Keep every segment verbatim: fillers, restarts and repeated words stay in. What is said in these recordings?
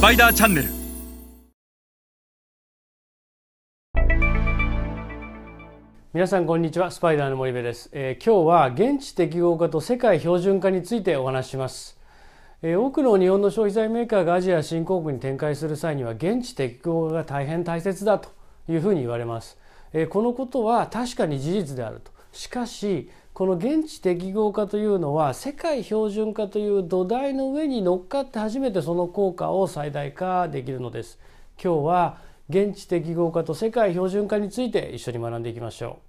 パイダーチャンネル。 皆さんこんにちは、スパイダーの森部です。えー、今日は現地適合化と世界標準化についてお話しします。えー、多くの日本の消費財メーカーがアジア新興国に展開する際には現地適合化が大変大切だというふうに言われます。えー、このことは確かに事実であると。しかしこの現地適合化というのは世界標準化という土台の上に乗っかって初めてその効果を最大化できるのです。今日は現地適合化と世界標準化について一緒に学んでいきましょ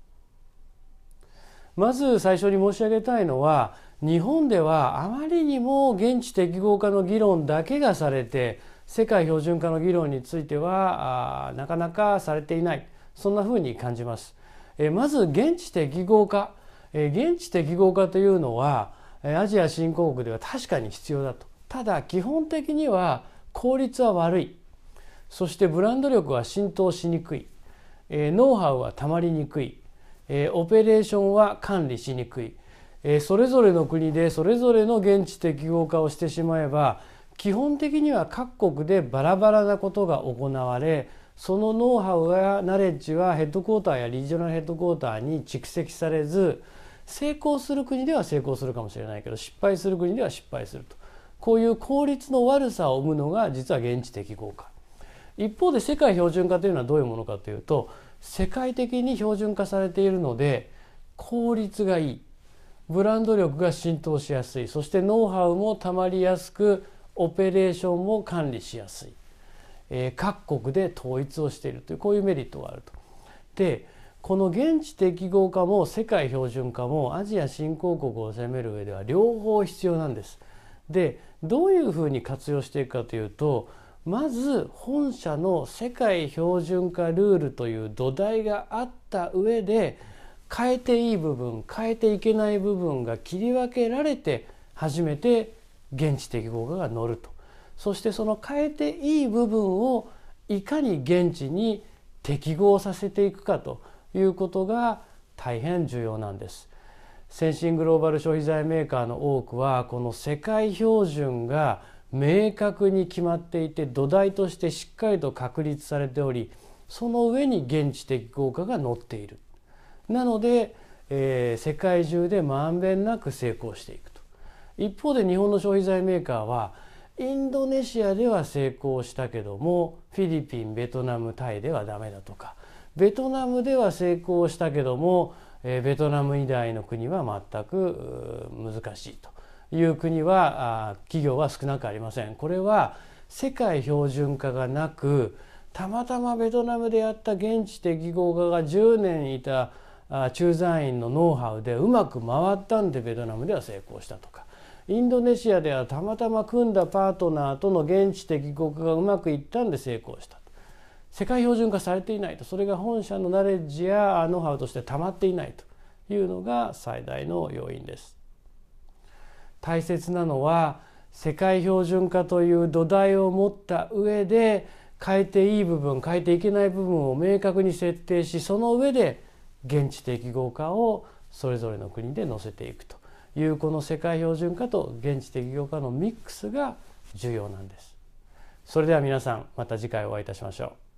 う。まず最初に申し上げたいのは、日本ではあまりにも現地適合化の議論だけがされて、世界標準化の議論についてはあなかなかされていない、そんなふうに感じます。えまず現地適合化、え現地適合化というのはアジア新興国では確かに必要だと。ただ基本的には効率は悪い、そしてブランド力は浸透しにくい、えノウハウはたまりにくい、えオペレーションは管理しにくい、えそれぞれの国でそれぞれの現地適合化をしてしまえば、基本的には各国でバラバラなことが行われ、そのノウハウやナレッジはヘッドクォーターやリージョナルヘッドクォーターに蓄積されず、成功する国では成功するかもしれないけど失敗する国では失敗すると、こういう効率の悪さを生むのが実は現地適合化。一方で世界標準化というのはどういうものかというと、世界的に標準化されているので効率がいい、ブランド力が浸透しやすい、そしてノウハウもたまりやすく、オペレーションも管理しやすい、えー、各国で統一をしているという、こういうメリットがあると。でこの現地適合化も世界標準化もアジア新興国を攻める上では両方必要なんです。でどういうふうに活用していくかというと、まず本社の世界標準化ルールという土台があった上で、変えていい部分変えていけない部分が切り分けられて初めて現地適合化が乗ると。そしてその変えていい部分をいかに現地に適合させていくかということが大変重要なんです。先進グローバル消費財メーカーの多くはこの世界標準が明確に決まっていて、土台としてしっかりと確立されており、その上に現地適合化が乗っている。なので、えー、世界中でまんべんなく成功していくと。一方で日本の消費財メーカーはインドネシアでは成功したけどもフィリピン、ベトナム、タイではダメだとか、ベトナムでは成功したけどもベトナム以外の国は全く難しいという国は企業は少なくありません。これは世界標準化がなく、たまたまベトナムでやった現地適合化がじゅうねんいた駐在員のノウハウでうまく回ったんでベトナムでは成功したとか、インドネシアではたまたま組んだパートナーとの現地適合化がうまくいったんで成功した。世界標準化されていないと、それが本社のナレッジやノウハウとして溜まっていないというのが最大の要因です。大切なのは世界標準化という土台を持った上で、変えていい部分変えていけない部分を明確に設定し、その上で現地適合化をそれぞれの国で乗せていくという、この世界標準化と現地適合化のミックスが重要なんです。それでは皆さん、また次回お会いいたしましょう。